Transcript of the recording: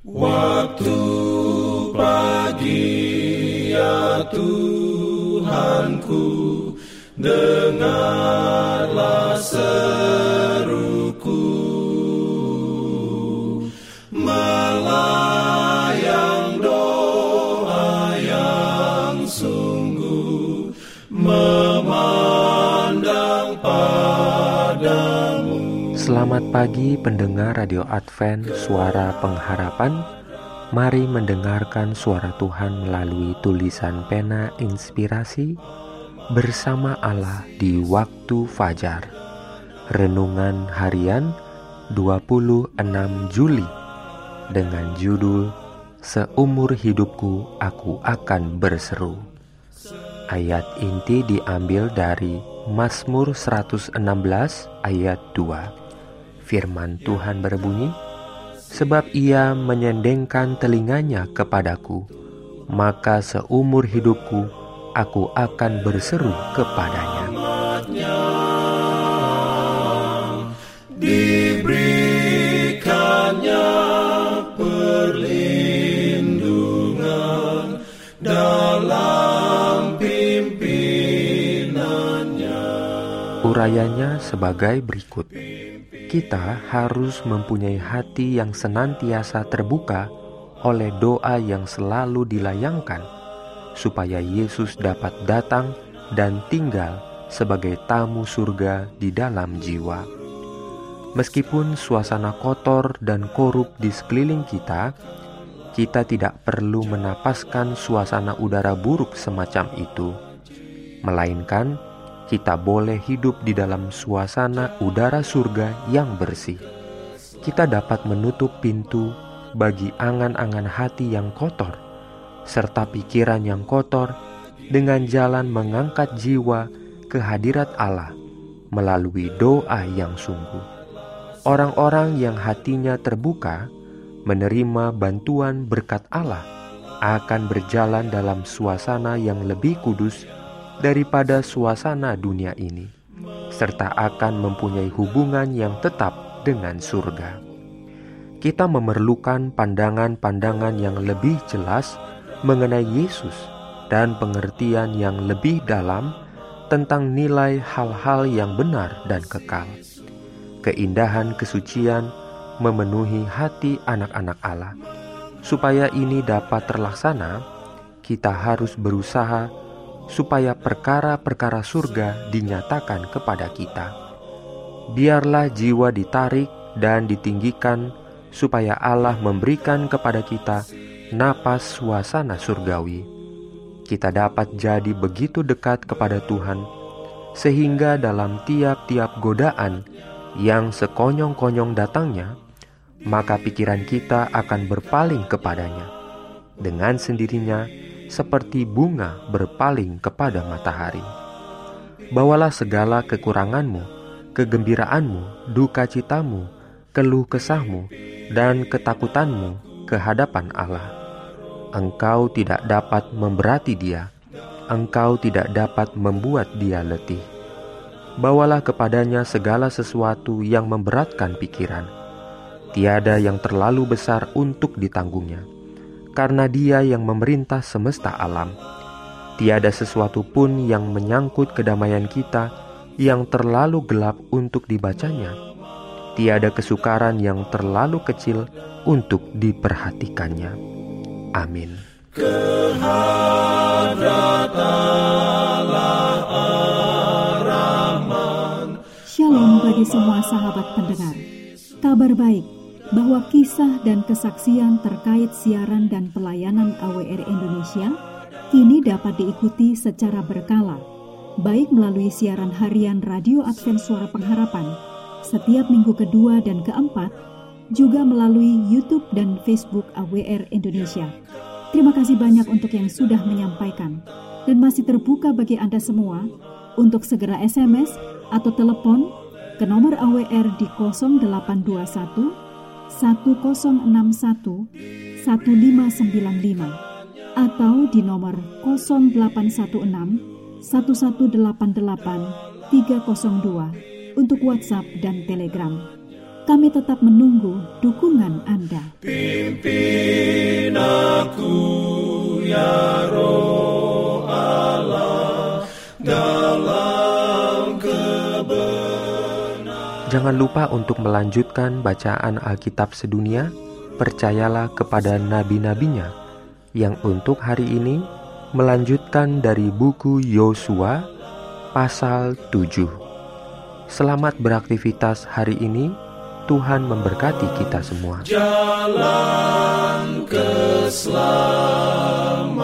Waktu pagi ya Tuhanku, dengarlah seruku, melayang doa yang sungguh, memandang padamu. Selamat pagi pendengar Radio Advent Suara Pengharapan. Mari mendengarkan suara Tuhan melalui tulisan pena inspirasi bersama Allah di waktu fajar. Renungan harian 26 Juli dengan judul Seumur hidupku aku akan berseru. Ayat inti diambil dari Mazmur 116 ayat 2. Firman Tuhan berbunyi, sebab ia menyendengkan telinganya kepadaku, maka seumur hidupku aku akan berseru kepadanya. Diberikannya perlindungan dalam pimpinannya. Urayanya sebagai berikut. Kita harus mempunyai hati yang senantiasa terbuka oleh doa yang selalu dilayangkan, supaya Yesus dapat datang dan tinggal sebagai tamu surga di dalam jiwa. Meskipun suasana kotor dan korup di sekeliling kita, kita tidak perlu menapaskan suasana udara buruk semacam itu, melainkan kita boleh hidup di dalam suasana udara surga yang bersih. Kita dapat menutup pintu bagi angan-angan hati yang kotor, serta pikiran yang kotor, dengan jalan mengangkat jiwa ke hadirat Allah melalui doa yang sungguh. Orang-orang yang hatinya terbuka menerima bantuan berkat Allah akan berjalan dalam suasana yang lebih kudus daripada suasana dunia ini, serta akan mempunyai hubungan yang tetap dengan surga. Kita memerlukan pandangan-pandangan yang lebih jelas mengenai Yesus dan pengertian yang lebih dalam tentang nilai hal-hal yang benar dan kekal. Keindahan kesucian memenuhi hati anak-anak Allah. Supaya ini dapat terlaksana, kita harus berusaha supaya perkara-perkara surga dinyatakan kepada kita. Biarlah jiwa ditarik dan ditinggikan, supaya Allah memberikan kepada kita napas suasana surgawi. Kita dapat jadi begitu dekat kepada Tuhan, sehingga dalam tiap-tiap godaan yang sekonyong-konyong datangnya, maka pikiran kita akan berpaling kepadanya. Dengan sendirinya, seperti bunga berpaling kepada matahari. Bawalah segala kekuranganmu, kegembiraanmu, duka citamu, keluh kesahmu, dan ketakutanmu ke hadapan Allah. Engkau tidak dapat memberati dia, engkau tidak dapat membuat dia letih. Bawalah kepadanya segala sesuatu yang memberatkan pikiran. Tiada yang terlalu besar untuk ditanggungnya, karena Dia yang memerintah semesta alam. Tiada sesuatu pun yang menyangkut kedamaian kita yang terlalu gelap untuk dibacanya. Tiada kesukaran yang terlalu kecil untuk diperhatikannya. Amin. Shalom bagi semua sahabat pendengar. Kabar baik bahwa kisah dan kesaksian terkait siaran dan pelayanan AWR Indonesia kini dapat diikuti secara berkala, baik melalui siaran harian Radio Advent Suara Pengharapan setiap minggu kedua dan keempat, juga melalui YouTube dan Facebook AWR Indonesia. Terima kasih banyak untuk yang sudah menyampaikan, dan masih terbuka bagi Anda semua untuk segera SMS atau telepon ke nomor AWR di 0821 1061 1595 atau di nomor 0816 1188 302 untuk WhatsApp dan Telegram. Kami tetap menunggu dukungan Anda. Pimpin ya Roh Allah dalam kebenaran. Jangan lupa untuk melanjutkan bacaan Alkitab sedunia. Percayalah kepada nabi-nabinya yang untuk hari ini melanjutkan dari buku Yosua pasal 7. Selamat beraktivitas hari ini. Tuhan memberkati kita semua. Jalan keselamatan.